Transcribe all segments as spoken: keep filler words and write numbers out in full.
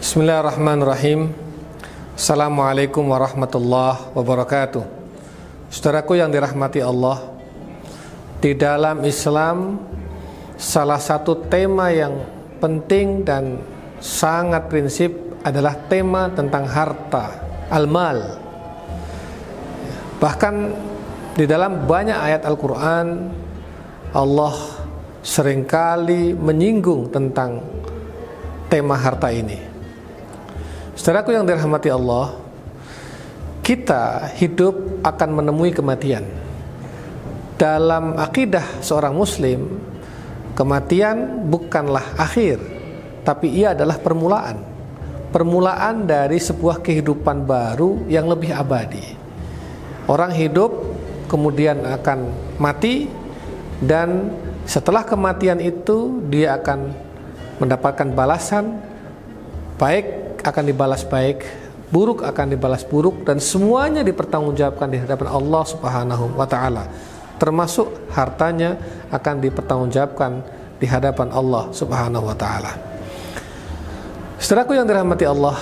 Bismillahirrahmanirrahim. Assalamualaikum warahmatullahi wabarakatuh. Saudaraku yang dirahmati Allah, di dalam Islam salah satu tema yang penting dan sangat prinsip adalah tema tentang harta, al-mal. Bahkan di dalam banyak ayat Al-Quran, Allah seringkali menyinggung tentang tema harta ini. Saudaraku yang dirahmati Allah, kita hidup akan menemui kematian. Dalam akidah seorang muslim, kematian bukanlah akhir, tapi ia adalah permulaan. Permulaan dari sebuah kehidupan baru yang lebih abadi. Orang hidup kemudian akan mati, dan setelah kematian itu dia akan mendapatkan balasan. Baik akan dibalas baik, buruk akan dibalas buruk, dan semuanya dipertanggungjawabkan di hadapan Allah Subhanahu wa ta'ala. Termasuk hartanya akan dipertanggungjawabkan di hadapan Allah Subhanahu wa ta'ala. Saudaraku yang dirahmati Allah,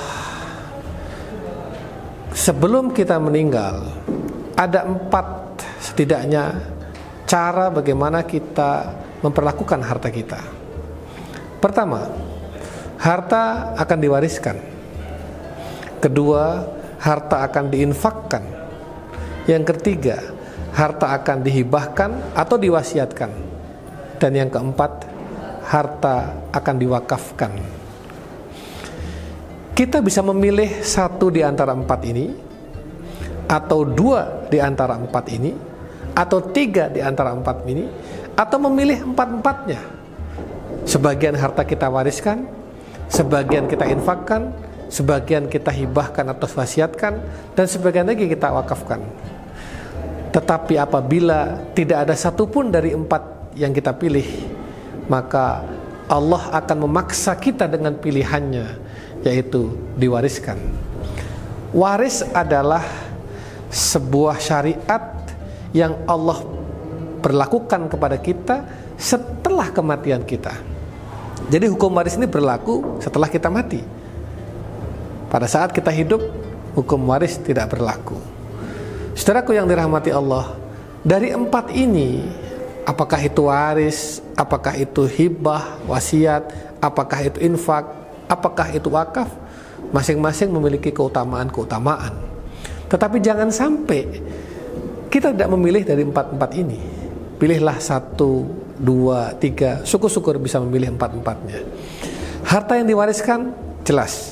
sebelum kita meninggal, ada empat setidaknya cara bagaimana kita memperlakukan harta kita. Pertama, harta akan diwariskan. Kedua, harta akan diinfakkan. Yang ketiga, harta akan dihibahkan atau diwasiatkan. Dan yang keempat, harta akan diwakafkan. Kita bisa memilih satu di antara empat ini, atau dua di antara empat ini, atau tiga di antara empat ini, atau memilih empat-empatnya. Sebagian harta kita wariskan, sebagian kita infakkan, sebagian kita hibahkan atau wasiatkan, dan sebagian lagi kita wakafkan. Tetapi apabila tidak ada satupun dari empat yang kita pilih, maka Allah akan memaksa kita dengan pilihannya, yaitu diwariskan. Waris adalah sebuah syariat yang Allah berlakukan kepada kita setelah kematian kita. Jadi hukum waris ini berlaku setelah kita mati. Pada saat kita hidup, hukum waris tidak berlaku. Saudaraku yang dirahmati Allah, dari empat ini, apakah itu waris, apakah itu hibah, wasiat, apakah itu infak, apakah itu wakaf, masing-masing memiliki keutamaan-keutamaan. Tetapi jangan sampai kita tidak memilih dari empat-empat ini. Pilihlah satu, dua, tiga, syukur-syukur bisa memilih empat-empatnya. Harta yang diwariskan jelas,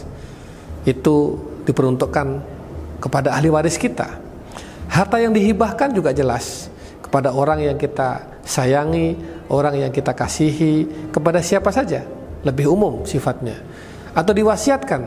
itu diperuntukkan kepada ahli waris kita. Harta yang dihibahkan juga jelas, kepada orang yang kita sayangi, orang yang kita kasihi, kepada siapa saja, lebih umum sifatnya. Atau diwasiatkan,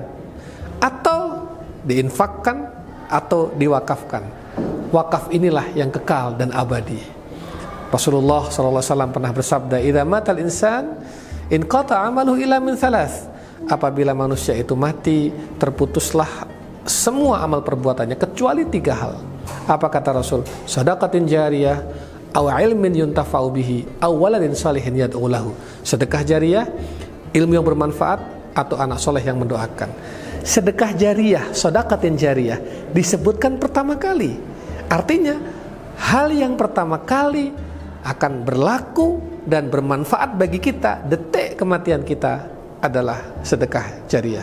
atau diinfakkan, atau diwakafkan. Wakaf inilah yang kekal dan abadi. Rasulullah shallallahu alaihi wasallam pernah bersabda, "Idza matal insan inqata 'amaluhu illa min thalath." Apabila manusia itu mati, terputuslah semua amal perbuatannya kecuali tiga hal. Apa kata Rasul? Shadaqatin jariyah, aw ilmin yuntafa'u bihi, aw waladin salihin yad'u lahu. Sedekah jariyah, ilmu yang bermanfaat, atau anak soleh yang mendoakan. Sedekah jariyah, shadaqatin jariyah disebutkan pertama kali. Artinya hal yang pertama kali akan berlaku dan bermanfaat bagi kita detik kematian kita adalah sedekah jariyah.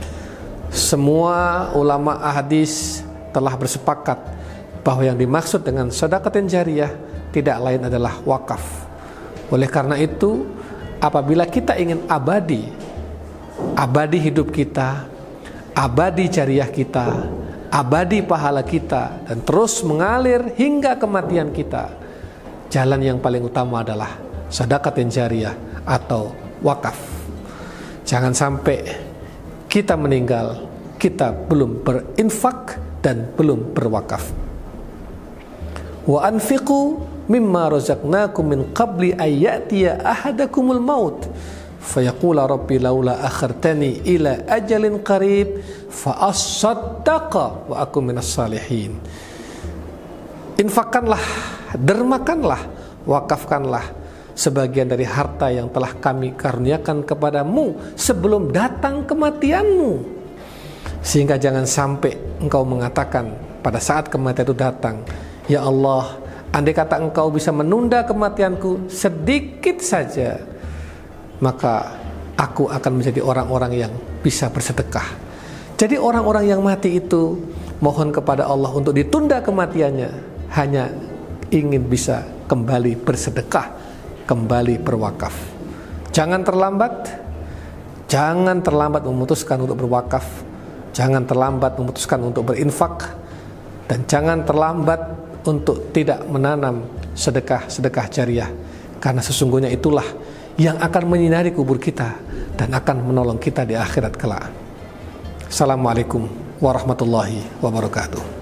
Semua ulama hadis telah bersepakat bahwa yang dimaksud dengan sedekatin jariyah tidak lain adalah wakaf. Oleh karena itu, apabila kita ingin abadi, abadi hidup kita, abadi jariyah kita, abadi pahala kita, dan terus mengalir hingga kematian kita, jalan yang paling utama adalah sedekatin jariyah atau wakaf. Jangan sampai kita meninggal, kita belum berinfak dan belum berwakaf. Wa anfiqu mimma razaqnakum min qabli ay ya'tiya ahadakumul maut fayaqula rabbi laula akhartani ila ajalin qarib fa asaddaqa wa akum minas salihin. Infakkanlah, dermakanlah, wakafkanlah sebagian dari harta yang telah kami karuniakan kepadamu sebelum datang kematianmu. Sehingga jangan sampai engkau mengatakan pada saat kematian itu datang, ya Allah, andai kata engkau bisa menunda kematianku sedikit saja, maka aku akan menjadi orang-orang yang bisa bersedekah. Jadi orang-orang yang mati itu mohon kepada Allah untuk ditunda kematiannya, hanya ingin bisa kembali bersedekah, kembali berwakaf. Jangan terlambat, jangan terlambat memutuskan untuk berwakaf, jangan terlambat memutuskan untuk berinfak, dan jangan terlambat untuk tidak menanam sedekah-sedekah jariah, karena sesungguhnya itulah yang akan menyinari kubur kita dan akan menolong kita di akhirat kelak. Assalamualaikum warahmatullahi wabarakatuh.